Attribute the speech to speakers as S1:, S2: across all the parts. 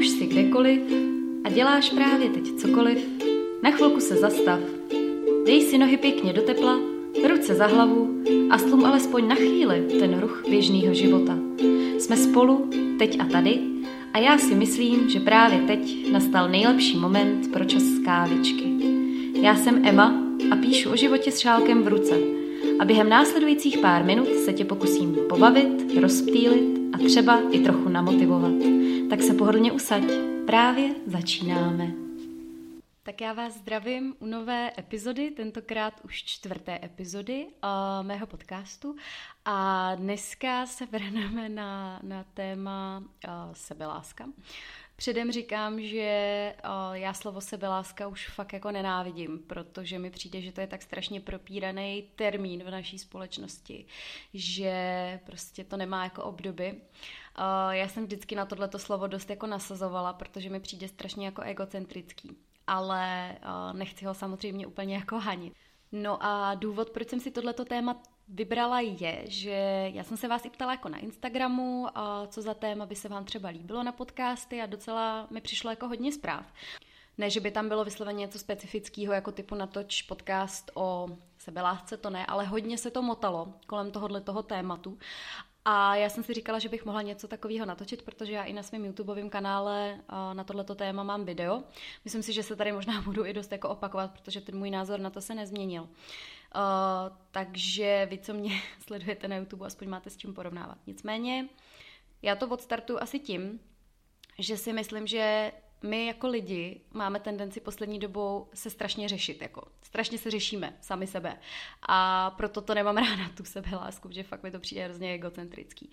S1: už jsi kdekoliv a děláš právě teď cokoliv, na chvilku se zastav. Dej si nohy pěkně do tepla, ruce za hlavu a stlum alespoň na chvíli ten ruch běžného života. Jsme spolu, teď a tady, a já si myslím, že právě teď nastal nejlepší moment pro čas kávičky. Já jsem Emma a píšu o životě s šálkem v ruce. A během následujících pár minut se tě pokusím pobavit, rozptýlit a třeba i trochu namotivovat. Tak se pohodlně usaď, právě začínáme. Tak já vás zdravím u nové epizody, tentokrát už 4. epizody mého podcastu. A dneska se vrhneme na téma sebeláska. Předem říkám, že já slovo sebeláska už fakt jako nenávidím, protože mi přijde, že to je tak strašně propíraný termín v naší společnosti, že prostě to nemá jako obdoby. Já jsem vždycky na tohleto slovo dost jako nasazovala, protože mi přijde strašně jako egocentrický, ale nechci ho samozřejmě úplně jako hanit. No a důvod, proč jsem si tohleto téma vybrala je, že já jsem se vás i ptala jako na Instagramu, co za téma by se vám třeba líbilo na podcasty a docela mi přišlo jako hodně zpráv. Ne, že by tam bylo vysloveně něco specifického, jako typu natoč podcast o sebelásce, to ne, ale hodně se to motalo kolem tohoto tématu. A já jsem si říkala, že bych mohla něco takového natočit, protože já i na svém YouTubeovém kanále na tohleto téma mám video. Myslím si, že se tady možná budu i dost jako opakovat, protože ten můj názor na to se nezměnil. Takže vy, co mě sledujete na YouTube, aspoň máte s čím porovnávat. Nicméně já to odstartuju asi tím, že si myslím, že my jako lidi máme tendenci poslední dobou se strašně řešit, jako strašně se řešíme sami sebe a proto to nemám ráda tu sebelásku, že fakt mi to přijde hrozně egocentrický.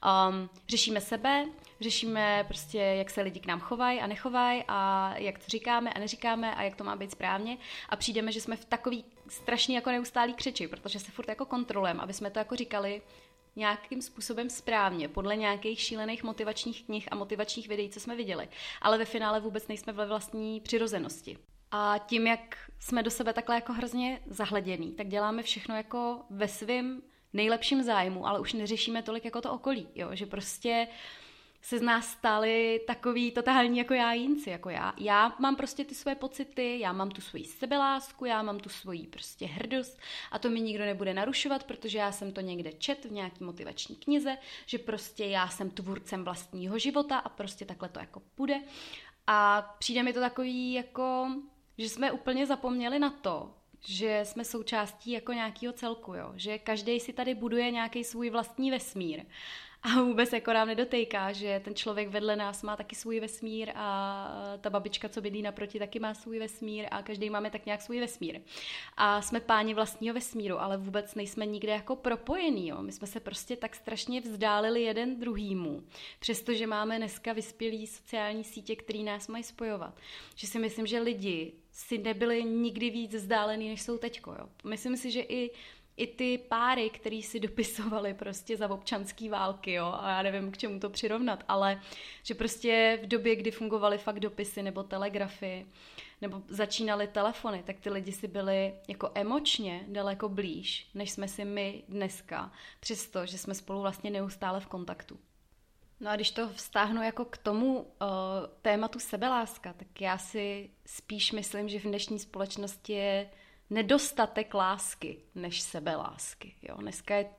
S1: Řešíme sebe, řešíme prostě, jak se lidi k nám chovají a nechovají a jak to říkáme a neříkáme a jak to má být správně a přijdeme, že jsme v takový strašně jako neustálý křeči, protože se furt jako kontrolujeme, aby jsme to jako říkali nějakým způsobem správně, podle nějakých šílených motivačních knih a motivačních videí, co jsme viděli. Ale ve finále vůbec nejsme ve vlastní přirozenosti. A tím, jak jsme do sebe takhle jako hrozně zahleděný, tak děláme všechno jako ve svém nejlepším zájmu, ale už neřešíme tolik jako to okolí, jo? Že prostě se z nás stali takový totální jako jájínci, jako já. Já mám prostě ty svoje pocity, já mám tu svoji sebelásku, já mám tu svoji prostě hrdost a to mi nikdo nebude narušovat, protože já jsem to někde čet v nějaký motivační knize, že prostě já jsem tvůrcem vlastního života a prostě takhle to jako bude. A přijde mi to takový jako, že jsme úplně zapomněli na to, že jsme součástí jako nějakého celku, jo? Že každý si tady buduje nějaký svůj vlastní vesmír. A vůbec jako nám nedotejká, že ten člověk vedle nás má taky svůj vesmír a ta babička, co bydlí naproti, taky má svůj vesmír a každý máme tak nějak svůj vesmír. A jsme páni vlastního vesmíru, ale vůbec nejsme nikde jako propojení. Jo? My jsme se prostě tak strašně vzdálili jeden druhýmu, přestože máme dneska vyspělý sociální sítě, které nás mají spojovat. Že si myslím, že lidi si nebyli nikdy víc vzdálený, než jsou teďko. Jo? Myslím si, že i ty páry, který si dopisovali prostě za občanský války, jo, a já nevím, k čemu to přirovnat, ale že prostě v době, kdy fungovaly fakt dopisy nebo telegrafy, nebo začínaly telefony, tak ty lidi si byli jako emočně daleko blíž, než jsme si my dneska, přesto, že jsme spolu vlastně neustále v kontaktu. No a když to vztáhnu jako k tomu tématu sebeláska, tak já si spíš myslím, že v dnešní společnosti je nedostatek lásky než sebelásky. Jo? Dneska je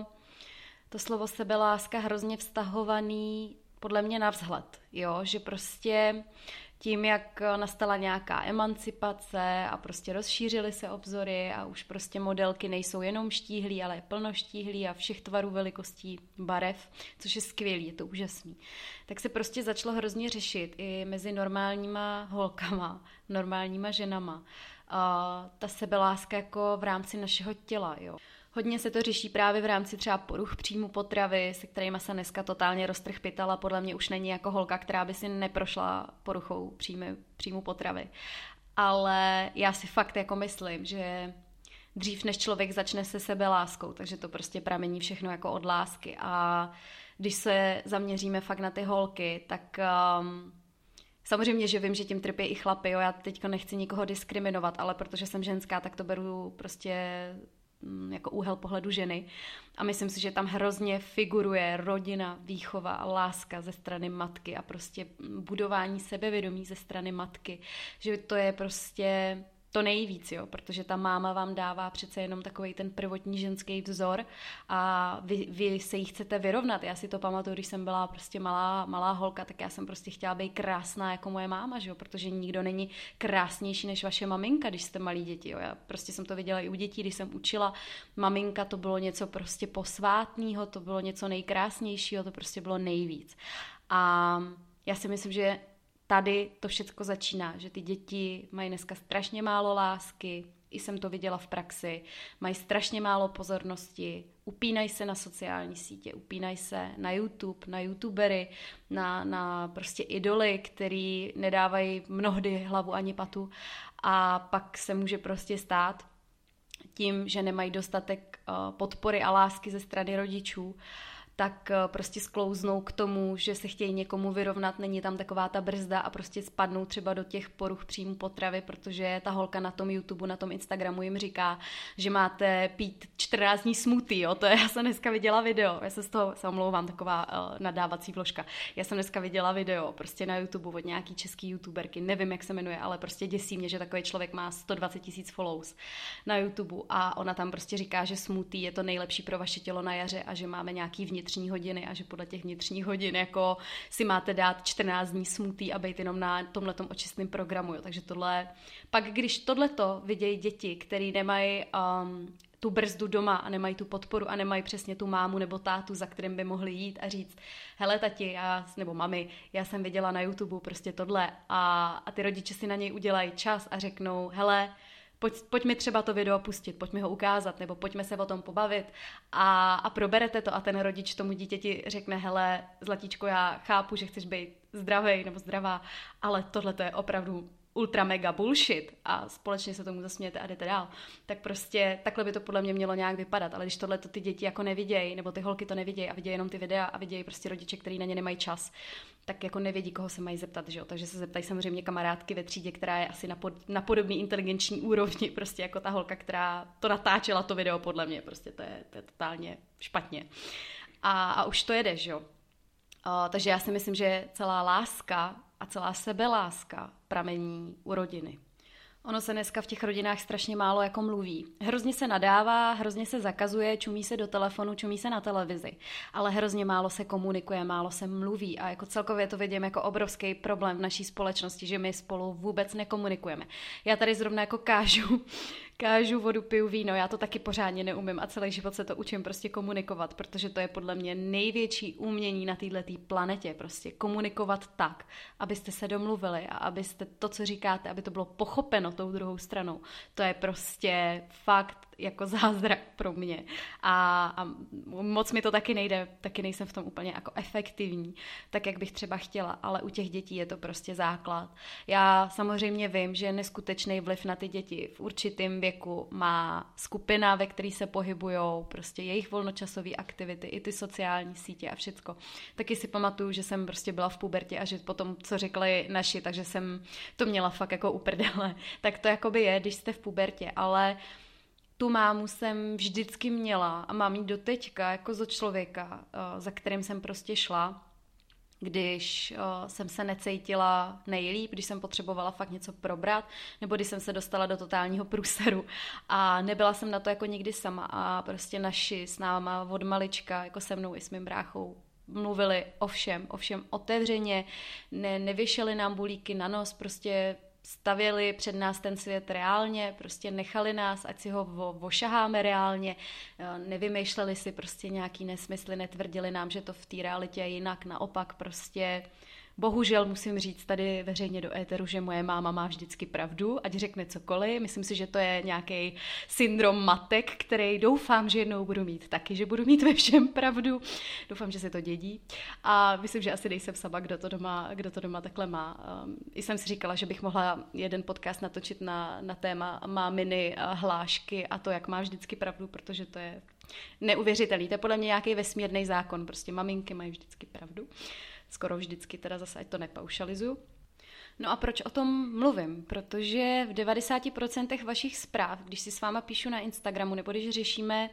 S1: to slovo sebeláska hrozně vztahovaný podle mě na vzhled. Jo? Že prostě tím, jak nastala nějaká emancipace a prostě rozšířily se obzory a už prostě modelky nejsou jenom štíhlí, ale je plnoštíhlí a všech tvarů, velikostí, barev, což je skvělý, je to úžasný. Tak se prostě začalo hrozně řešit i mezi normálníma holkama, normálníma ženama. Ta sebeláska jako v rámci našeho těla, jo. Hodně se to řeší právě v rámci třeba poruch příjmu potravy, se kterými se dneska totálně roztrh pytel a podle mě už není jako holka, která by si neprošla poruchou příjmu potravy. Ale já si fakt jako myslím, že dřív než člověk začne se sebeláskou, takže to prostě pramení všechno jako od lásky. A když se zaměříme fakt na ty holky, tak samozřejmě, že vím, že tím trpí i chlapy, jo, já teďka nechci nikoho diskriminovat, ale protože jsem ženská, tak to beru prostě jako úhel pohledu ženy. A myslím si, že tam hrozně figuruje rodina, výchova a láska ze strany matky a prostě budování sebevědomí ze strany matky. Že to je prostě to nejvíc, jo, protože ta máma vám dává přece jenom takovej ten prvotní ženský vzor a vy se jí chcete vyrovnat. Já si to pamatuju, když jsem byla prostě malá holka, tak já jsem prostě chtěla být krásná jako moje máma, že jo, protože nikdo není krásnější než vaše maminka, když jste malí děti, jo. Já prostě jsem to viděla i u dětí, když jsem učila maminka, to bylo něco prostě posvátného, to bylo něco nejkrásnějšího, to prostě bylo nejvíc. A já si myslím, že tady to všechno začíná, že ty děti mají dneska strašně málo lásky, i jsem to viděla v praxi, mají strašně málo pozornosti, upínají se na sociální sítě, upínají se na YouTube, na youtubery, na prostě idoly, který nedávají mnohdy hlavu ani patu a pak se může prostě stát tím, že nemají dostatek podpory a lásky ze strany rodičů, tak prostě sklouznou k tomu, že se chtějí někomu vyrovnat, není tam taková ta brzda a prostě spadnou třeba do těch poruch příjmu potravy, protože ta holka na tom YouTube, na tom Instagramu jim říká, že máte pít 14 dní smoothie, jo, to je, já jsem dneska viděla video, já se z toho se omlouvám, taková nadávací vložka, já jsem dneska viděla video prostě na YouTube od nějaký český youtuberky, nevím, jak se jmenuje, ale prostě děsí mě, že takový člověk má 120 000 follows na YouTube a ona tam prostě říká, že smoothie je to nejlepší pro vaše tělo na jaře a že máme nějaký vnitřní hodiny a že podle těch vnitřních hodin jako si máte dát 14 dní smoothie a být jenom na tomhletom očistném programu. Jo. Takže tohle, pak když tohleto vidějí děti, který nemají tu brzdu doma a nemají tu podporu a nemají přesně tu mámu nebo tátu, za kterým by mohli jít a říct, hele tati, nebo mami, já jsem viděla na YouTube prostě tohle a ty rodiče si na něj udělají čas a řeknou, hele, pojď mi třeba to video pustit, pojď mi ho ukázat, nebo pojďme se o tom pobavit a proberete to a ten rodič tomu dítěti řekne, hele, zlatíčko, já chápu, že chceš být zdravej nebo zdravá, ale tohle to je opravdu ultra mega bullshit a společně se tomu zasmějete a jdete dál, tak prostě takhle by to podle mě mělo nějak vypadat, ale když tohle to ty děti jako nevidějí, nebo ty holky to nevidějí a vidějí jenom ty videa a vidějí prostě rodiče, kteří na ně nemají čas, tak jako nevědí, koho se mají zeptat, že jo? Takže se zeptají samozřejmě kamarádky ve třídě, která je asi na podobný inteligenční úrovni, prostě jako ta holka, která to natáčela to video podle mě, prostě to je totálně špatně. A už to jede, že jo? Takže já si myslím, že celá láska a celá sebeláska pramení u rodiny. Ono se dneska v těch rodinách strašně málo jako mluví. Hrozně se nadává, hrozně se zakazuje, čumí se do telefonu, čumí se na televizi, ale hrozně málo se komunikuje, málo se mluví a jako celkově to vidím jako obrovský problém v naší společnosti, že my spolu vůbec nekomunikujeme. Já tady zrovna jako kážu vodu, piju víno, já to taky pořádně neumím a celý život se to učím prostě komunikovat, protože to je podle mě největší umění na této planetě, prostě komunikovat tak, abyste se domluvili a abyste to, co říkáte, aby to bylo pochopeno tou druhou stranou. To je prostě fakt jako zázrak pro mě a moc mi to taky nejde, taky nejsem v tom úplně jako efektivní, tak jak bych třeba chtěla, ale u těch dětí je to prostě základ. Já samozřejmě vím, že neskutečný vliv na ty děti v určitém věku má skupina, ve které se pohybujou, prostě jejich volnočasové aktivity, i ty sociální sítě a všecko. Taky si pamatuju, že jsem prostě byla v pubertě a že potom, co řekli naši, takže jsem to měla fakt jako uprdele. Tak to jakoby je, když jste v pubertě, ale tu mámu jsem vždycky měla a mám ji doteďka jako za člověka, za kterým jsem prostě šla, když jsem se necítila nejlíp, když jsem potřebovala fakt něco probrat, nebo když jsem se dostala do totálního průseru a nebyla jsem na to jako nikdy sama a prostě naši s náma od malička, jako se mnou i s mým bráchou, mluvili o všem otevřeně, nevěšeli nám bulíky na nos, prostě stavěli před nás ten svět reálně, prostě nechali nás, ať si ho ošaháme reálně, nevymýšleli si prostě nějaký nesmysly, netvrdili nám, že to v té realitě je jinak, naopak prostě bohužel musím říct tady veřejně do éteru, že moje máma má vždycky pravdu, ať řekne cokoliv. Myslím si, že to je nějaký syndrom matek, který doufám, že jednou budu mít taky, že budu mít ve všem pravdu. Doufám, že se to dědí. A myslím, že asi nejsem sama, kdo to doma takhle má. I jsem si říkala, že bych mohla jeden podcast natočit na téma máminy hlášky a to, jak má vždycky pravdu, protože to je neuvěřitelný. To je podle mě nějaký vesmírný zákon. Prostě maminky mají vždycky pravdu. Skoro vždycky, teda zase ať to nepaušalizuju. No a proč o tom mluvím? Protože v 90% vašich zpráv, když si s váma píšu na Instagramu, nebo když řešíme,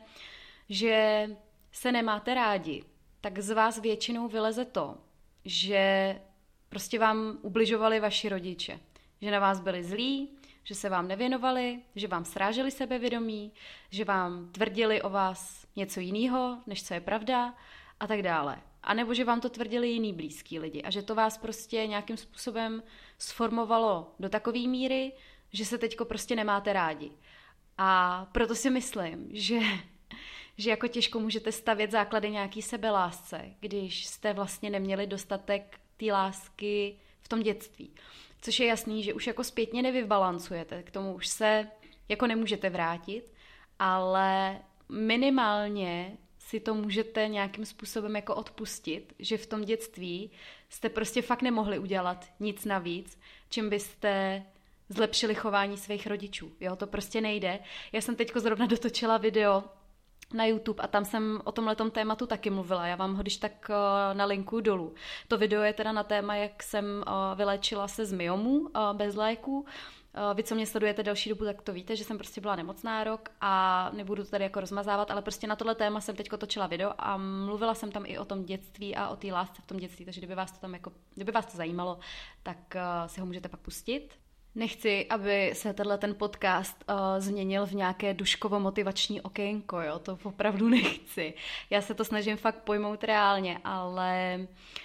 S1: že se nemáte rádi, tak z vás většinou vyleze to, že prostě vám ubližovali vaši rodiče. Že na vás byli zlí, že se vám nevěnovali, že vám sráželi sebevědomí, že vám tvrdili o vás něco jiného, než co je pravda a tak dále. A nebo že vám to tvrdili jiný blízký lidi a že to vás prostě nějakým způsobem sformovalo do takové míry, že se teďko prostě nemáte rádi. A proto si myslím, že jako těžko můžete stavět základy nějaký sebelásce, když jste vlastně neměli dostatek té lásky v tom dětství. Což je jasný, že už jako zpětně nevybalancujete, k tomu už se jako nemůžete vrátit, ale minimálně si to můžete nějakým způsobem jako odpustit, že v tom dětství jste prostě fakt nemohli udělat nic navíc, čím byste zlepšili chování svých rodičů. Jo, to prostě nejde. Já jsem teďko zrovna dotočila video na YouTube a tam jsem o tomhletom tématu taky mluvila. Já vám ho když tak nalinkuju dolů. To video je teda na téma, jak jsem vyléčila se z myomu bez léku. Vy, co mě sledujete delší dobu, tak to víte, že jsem prostě byla nemocná rok a nebudu to tady jako rozmazávat, ale prostě na tohle téma jsem teďko točila video a mluvila jsem tam i o tom dětství a o té lásce v tom dětství, takže kdyby vás to zajímalo, tak si ho můžete pak pustit. Nechci, aby se ten podcast změnil v nějaké duškovo-motivační okénko, jo? To opravdu nechci. Já se to snažím fakt pojmout reálně, ale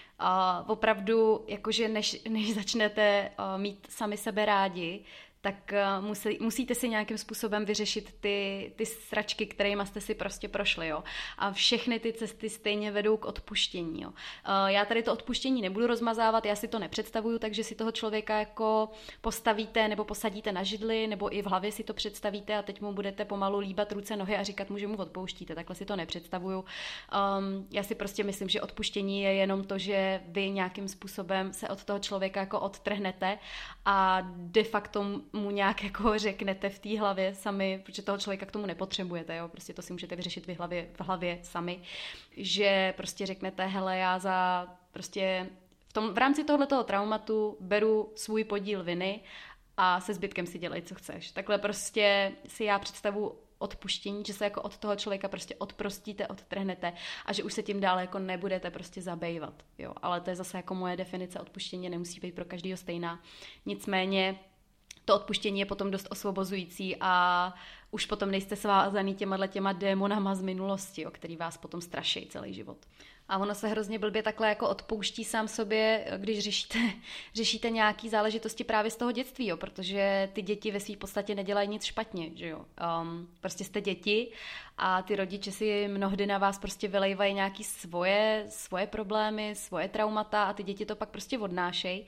S1: opravdu, jakože než začnete mít sami sebe rádi, tak musíte si nějakým způsobem vyřešit ty sračky, kterými jste si prostě prošli. Jo? A všechny ty cesty stejně vedou k odpuštění. Jo? Já tady to odpuštění nebudu rozmazávat, já si to nepředstavuju, takže si toho člověka jako postavíte nebo posadíte na židli, nebo i v hlavě si to představíte a teď mu budete pomalu líbat ruce, nohy a říkat mu, že mu odpouštíte. Takhle si to nepředstavuju. Já si prostě myslím, že odpuštění je jenom to, že vy nějakým způsobem se od toho člověka jako odtrhnete a de facto mu nějak jako řeknete v té hlavě sami, protože toho člověka k tomu nepotřebujete, jo? Prostě to si můžete vyřešit v hlavě sami, že prostě řeknete, hele, já za prostě v rámci tohletoho traumatu beru svůj podíl viny a se zbytkem si dělej, co chceš. Takhle prostě si já představu odpuštění, že se jako od toho člověka prostě odprostíte, odtrhnete a že už se tím dále jako nebudete prostě zabývat, jo? Ale to je zase jako moje definice odpuštění, nemusí být pro každého stejná. Nicméně to odpuštění je potom dost osvobozující a už potom nejste svázaný těma démonama z minulosti, o který vás potom straší celý život. A ono se hrozně blbě takhle jako odpouští sám sobě, když řešíte nějaký záležitosti právě z toho dětství, jo, protože ty děti ve své podstatě nedělají nic špatně, že jo. Prostě jste děti a ty rodiče si mnohdy na vás prostě vylejvají nějaký svoje problémy, svoje traumata a ty děti to pak prostě odnášejí.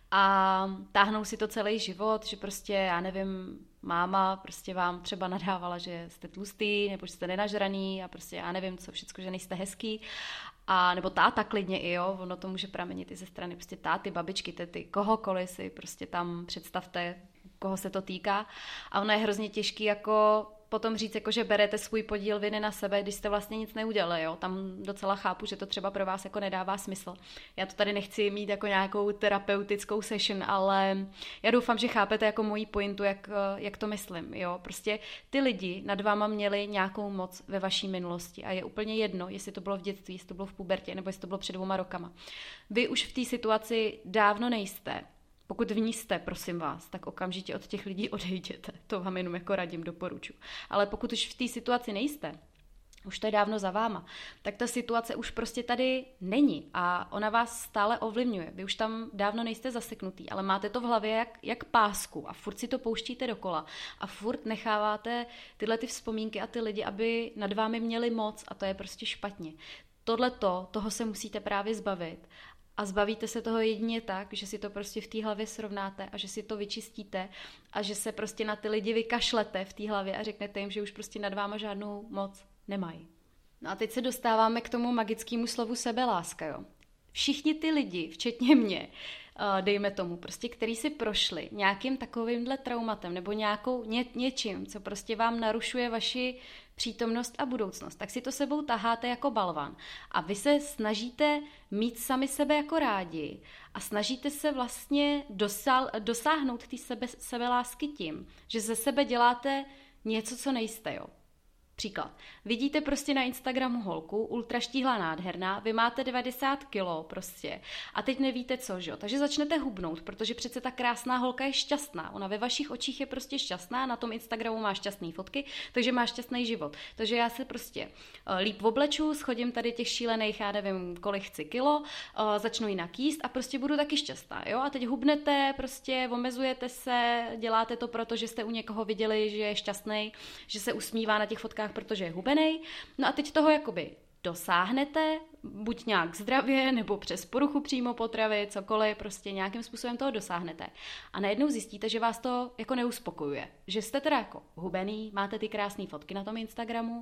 S1: A táhnou si to celý život, že prostě, já nevím, máma prostě vám třeba nadávala, že jste tlustý, nebo že jste nenažraný a prostě já nevím co všecko, že nejste hezký. A nebo táta klidně i, jo, ono to může pramenit i ze strany prostě táty, babičky, tety, kohokoliv si prostě tam představte, koho se to týká. A ono je hrozně těžký jako potom říct, jako, že berete svůj podíl viny na sebe, když jste vlastně nic neudělali, jo. Tam docela chápu, že to třeba pro vás jako nedává smysl. Já to tady nechci mít jako nějakou terapeutickou session, ale já doufám, že chápete jako moji pointu, jak to myslím, jo. Prostě ty lidi nad váma měli nějakou moc ve vaší minulosti a je úplně jedno, jestli to bylo v dětství, jestli to bylo v pubertě, nebo jestli to bylo před 2 rokama. Vy už v té situaci dávno nejste. Pokud v ní jste, prosím vás, tak okamžitě od těch lidí odejděte. To vám jenom jako radím, doporučuji. Ale pokud už v té situaci nejste, už to je dávno za váma, tak ta situace už prostě tady není a ona vás stále ovlivňuje. Vy už tam dávno nejste zaseknutý, ale máte to v hlavě jak pásku a furt si to pouštíte dokola a furt necháváte tyhle ty vzpomínky a ty lidi, aby nad vámi měli moc a to je prostě špatně. Toho se musíte právě zbavit. A zbavíte se toho jedině tak, že si to prostě v té hlavě srovnáte a že si to vyčistíte a že se prostě na ty lidi vykašlete v té hlavě a řeknete jim, že už prostě nad váma žádnou moc nemají. No a teď se dostáváme k tomu magickému slovu sebeláska, jo. Všichni ty lidi, včetně mě, dejme tomu, prostě, který si prošli nějakým takovýmhle traumatem nebo něčím, co prostě vám narušuje vaši přítomnost a budoucnost, tak si to sebou taháte jako balvan. A vy se snažíte mít sami sebe jako rádi a snažíte se vlastně dosáhnout té sebelásky tím, že ze sebe děláte něco, co nejste, jo. Příklad. Vidíte prostě na Instagramu holku, ultraštíhlá, nádherná, vy máte 90 kilo prostě a teď nevíte co, že jo. Takže začnete hubnout, protože přece ta krásná holka je šťastná. Ona ve vašich očích je prostě šťastná, na tom Instagramu má šťastný fotky, takže má šťastný život. Takže já se prostě líp obleču, schodím tady těch šílených, já nevím, kolik chci kilo, začnu jinak jíst a prostě budu taky šťastná, jo. A teď hubnete, prostě omezujete se, děláte to proto, že jste u někoho viděli, že je šťastný, že se usmívá na těch fotkách, protože je hubenej. No a teď toho jakoby dosáhnete, buď nějak zdravě, nebo přes poruchu přímo potravy, cokoliv, prostě nějakým způsobem toho dosáhnete. A najednou zjistíte, že vás to jako neuspokojuje. Že jste teda jako hubený, máte ty krásné fotky na tom Instagramu,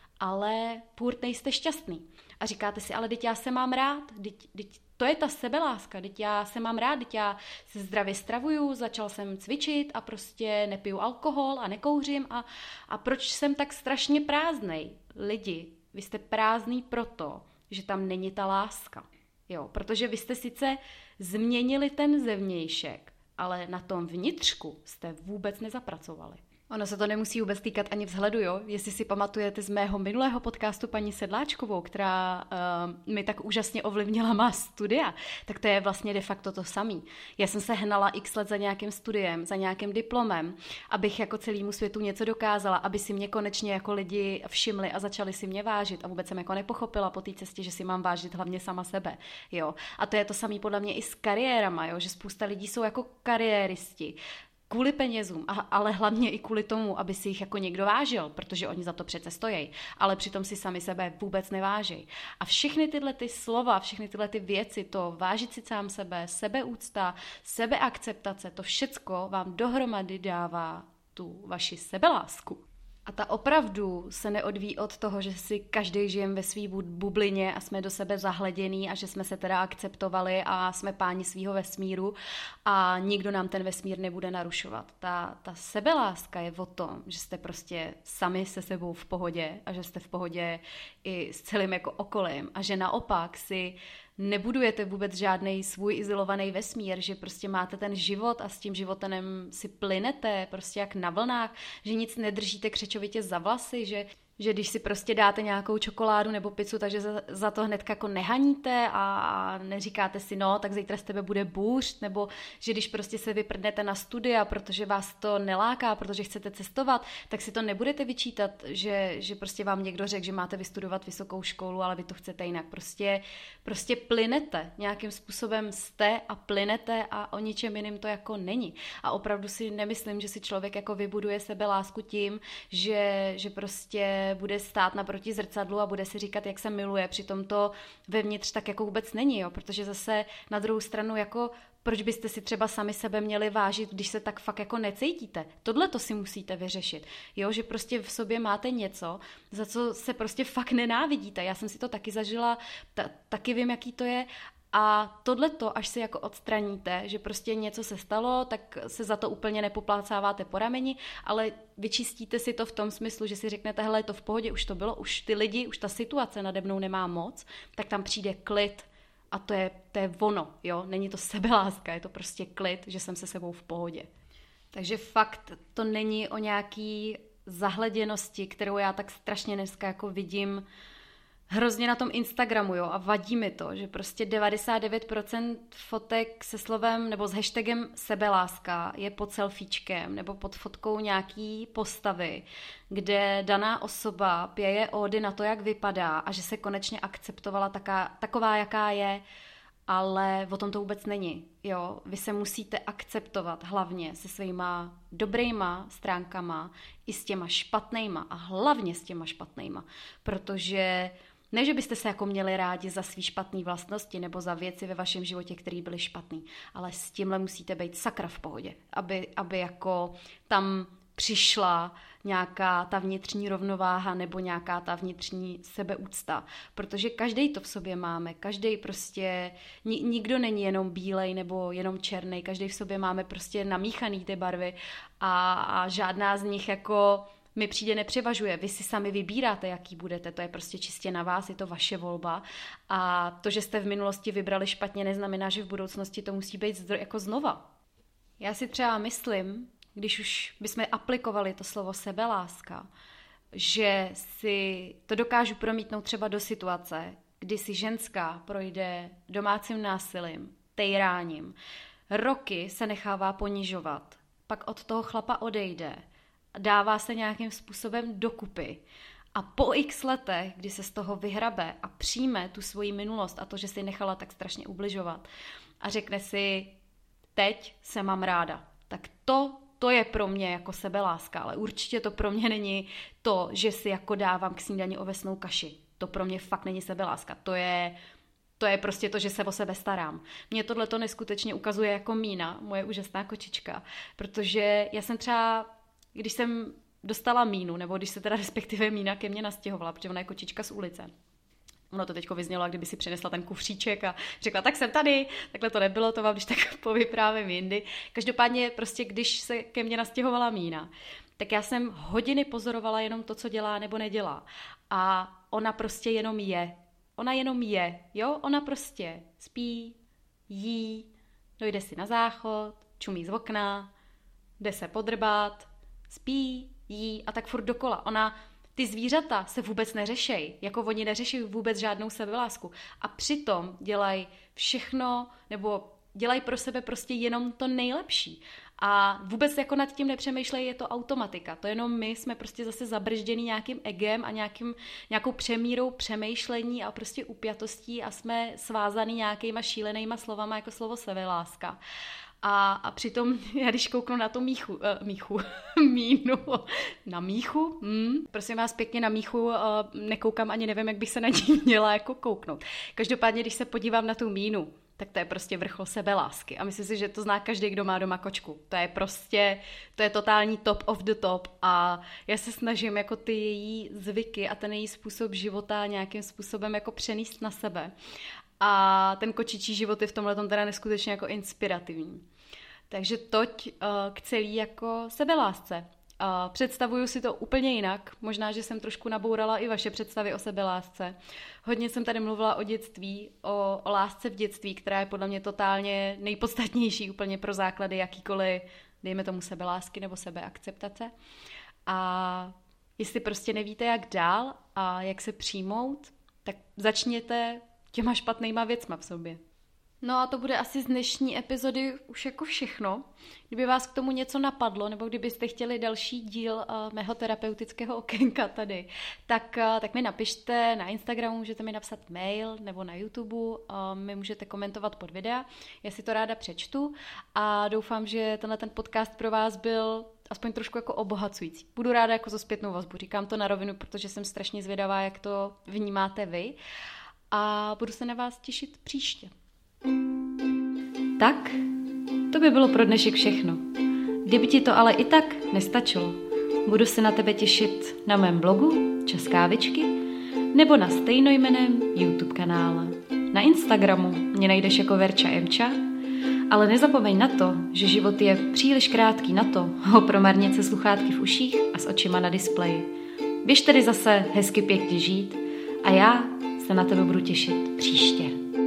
S1: ale půrt nejste šťastný. A říkáte si, ale teď já se mám rád, teď to je ta sebeláska, teď já se mám rád, teď já se zdravě stravuju, začal jsem cvičit a prostě nepiju alkohol a nekouřím a proč jsem tak strašně prázdnej? Lidi, vy jste prázdný proto, že tam není ta láska. Jo, protože vy jste sice změnili ten zevnějšek, ale na tom vnitřku jste vůbec nezapracovali. Ono se to nemusí vůbec týkat ani vzhledu, jo? Jestli si pamatujete z mého minulého podcastu paní Sedláčkovou, která mi tak úžasně ovlivnila má studia, tak to je vlastně de facto to samý. Já jsem se hnala x let za nějakým studiem, za nějakým diplomem, abych jako celému světu něco dokázala, aby si mě konečně jako lidi všimli a začali si mě vážit. A vůbec jsem jako nepochopila po té cestě, že si mám vážit hlavně sama sebe, jo? A to je to samý podle mě i s kariérama, jo? Že spousta lidí jsou jako kariéristi, kvůli penězům, ale hlavně i kvůli tomu, aby si jich jako někdo vážil, protože oni za to přece stojí, ale přitom si sami sebe vůbec neváží. A všechny tyhle ty slova, všechny tyhle ty věci, to vážit si sám sebe, sebeúcta, sebeakceptace, to všecko vám dohromady dává tu vaši sebelásku. A ta opravdu se neodvíjí od toho, že si každý žijeme ve svý bublině a jsme do sebe zahleděný a že jsme se teda akceptovali a jsme páni svýho vesmíru a nikdo nám ten vesmír nebude narušovat. Ta sebeláska je o tom, že jste prostě sami se sebou v pohodě a že jste v pohodě i s celým jako okolím a že naopak si nebudujete vůbec žádnej svůj izolovaný vesmír, že prostě máte ten život a s tím životem si plynete prostě jak na vlnách, že nic nedržíte křečovitě za vlasy, že když si prostě dáte nějakou čokoládu nebo pizzu, takže za to hnedka jako nehaníte a neříkáte si, no, tak zítra z tebe bude bůřt, nebo že když prostě se vyprdnete na studia, protože vás to neláká, protože chcete cestovat, tak si to nebudete vyčítat, že prostě vám někdo řekl, že máte vystudovat vysokou školu, ale vy to chcete jinak. Prostě plynete, nějakým způsobem jste a plynete a o ničem jiným to jako není. A opravdu si nemyslím, že si člověk jako vybuduje sebelásku tím, že prostě bude stát naproti zrcadlu a bude si říkat, jak se miluje, přitom to vevnitř tak jako vůbec není, jo, protože zase na druhou stranu jako proč byste si třeba sami sebe měli vážit, když se tak fakt jako necítíte. Tohle to si musíte vyřešit, jo, že prostě v sobě máte něco, za co se prostě fakt nenávidíte. Já jsem si to taky zažila, taky vím, jaký to je. A tohleto, až si jako odstraníte, že prostě něco se stalo, tak se za to úplně nepoplácáváte po rameni, ale vyčistíte si to v tom smyslu, že si řeknete, hele, je to v pohodě, už to bylo, už ty lidi, už ta situace nade mnou nemá moc, tak tam přijde klid a to je ono, jo, není to sebeláska, je to prostě klid, že jsem se sebou v pohodě. Takže fakt to není o nějaký zahleděnosti, kterou já tak strašně dneska jako vidím hrozně na tom Instagramu, jo, a vadí mi to, že prostě 99% fotek se slovem nebo s hashtagem sebeláska je pod selfiečkem nebo pod fotkou nějaký postavy, kde daná osoba pěje ódy na to, jak vypadá a že se konečně akceptovala taková, jaká je, ale o tom to vůbec není, jo. Vy se musíte akceptovat hlavně se svýma dobrýma stránkama i s těma špatnejma a hlavně s těma špatnejma, protože ne, že byste se jako měli rádi za svý špatný vlastnosti nebo za věci ve vašem životě, které byly špatný, ale s tímhle musíte být sakra v pohodě, aby jako tam přišla nějaká ta vnitřní rovnováha nebo nějaká ta vnitřní sebeúcta. Protože každej to v sobě máme, každej prostě, nikdo není jenom bílej nebo jenom černý, každej v sobě máme prostě namíchaný ty barvy a žádná z nich jako mi přijde nepřevažuje. Vy si sami vybíráte, jaký budete, to je prostě čistě na vás, je to vaše volba a to, že jste v minulosti vybrali špatně, neznamená, že v budoucnosti to musí být jako znova. Já si třeba myslím, když už bychom aplikovali to slovo sebeláska, že si to dokážu promítnout třeba do situace, kdy si ženská projde domácím násilím, tejráním, roky se nechává ponižovat, pak od toho chlapa odejde, dává se nějakým způsobem dokupy a po x letech, kdy se z toho vyhrabe a přijme tu svoji minulost a to, že si nechala tak strašně ubližovat a řekne si, teď se mám ráda, tak to je pro mě jako sebeláska, ale určitě to pro mě není to, že si jako dávám k snídani ovesnou kaši. To pro mě fakt není sebeláska. To je prostě to, že se o sebe starám. Mně tohle to neskutečně ukazuje jako Mína, moje úžasná kočička, protože já jsem třeba, když jsem dostala Mínu, nebo když se teda respektive Mína ke mně nastěhovala, protože ona je kočička z ulice. Ono to teďko vyznělo, kdyby si přinesla ten kufříček a řekla, tak jsem tady, takhle to nebylo, to vám když tak povyprávím jindy. Každopádně prostě, když se ke mně nastěhovala Mína, tak já jsem hodiny pozorovala jenom to, co dělá nebo nedělá. A ona prostě jenom je. Ona jenom je, jo? Ona prostě spí, jí, dojde si na záchod, čumí z okna, jde se podrbat, spí, jí a tak furt dokola. Ty zvířata se vůbec neřešej, jako oni neřeší vůbec žádnou sebelásku a přitom dělají všechno, nebo dělají pro sebe prostě jenom to nejlepší. A vůbec jako nad tím nepřemýšlejí, je to automatika. To jenom my jsme prostě zase zabržděný nějakým egem a nějakou přemírou přemýšlení a prostě upjatostí a jsme svázaný nějakýma šílenýma slovama jako slovo sebeláska. A přitom, já když kouknu na to Mínu, na Míchu, prosím vás pěkně na Míchu, nekoukám ani nevím, jak bych se na ní měla jako kouknout. Každopádně, když se podívám na tu Mínu, tak to je prostě vrchol sebelásky. A myslím si, že to zná každý, kdo má doma kočku. To je totální top of the top a já se snažím jako ty její zvyky a ten její způsob života nějakým způsobem jako přenést na sebe. A ten kočičí život je v tomhletom teda neskutečně jako inspirativní. Takže toť k celý jako sebelásce. Představuju si to úplně jinak. Možná, že jsem trošku nabourala i vaše představy o sebelásce. Hodně jsem tady mluvila o dětství, o lásce v dětství, která je podle mě totálně nejpodstatnější úplně pro základy jakýkoliv, dejme tomu sebelásky nebo sebeakceptace. A jestli prostě nevíte, jak dál a jak se přijmout, tak začněte těma špatnýma věcma v sobě. No a to bude asi z dnešní epizody už jako všechno. Kdyby vás k tomu něco napadlo, nebo kdybyste chtěli další díl mého terapeutického okénka tady, tak mi napište na Instagramu, můžete mi napsat mail nebo na YouTube, mi můžete komentovat pod videa, já si to ráda přečtu a doufám, že tenhle ten podcast pro vás byl aspoň trošku jako obohacující. Budu ráda jako za zpětnou vazbu, říkám to na rovinu, protože jsem strašně zvědavá, jak to vnímáte vy a budu se na vás těšit příště. Tak, to by bylo pro dnešek všechno. Kdyby ti to ale i tak nestačilo, budu se na tebe těšit na mém blogu Čas kávičky nebo na stejnojmenném YouTube kanále. Na Instagramu mě najdeš jako Verča Emča, ale nezapomeň na to, že život je příliš krátký na to ho promarnit se sluchátky v uších a s očima na displeji. Běž tedy zase hezky pěkně žít a já se na tebe budu těšit příště.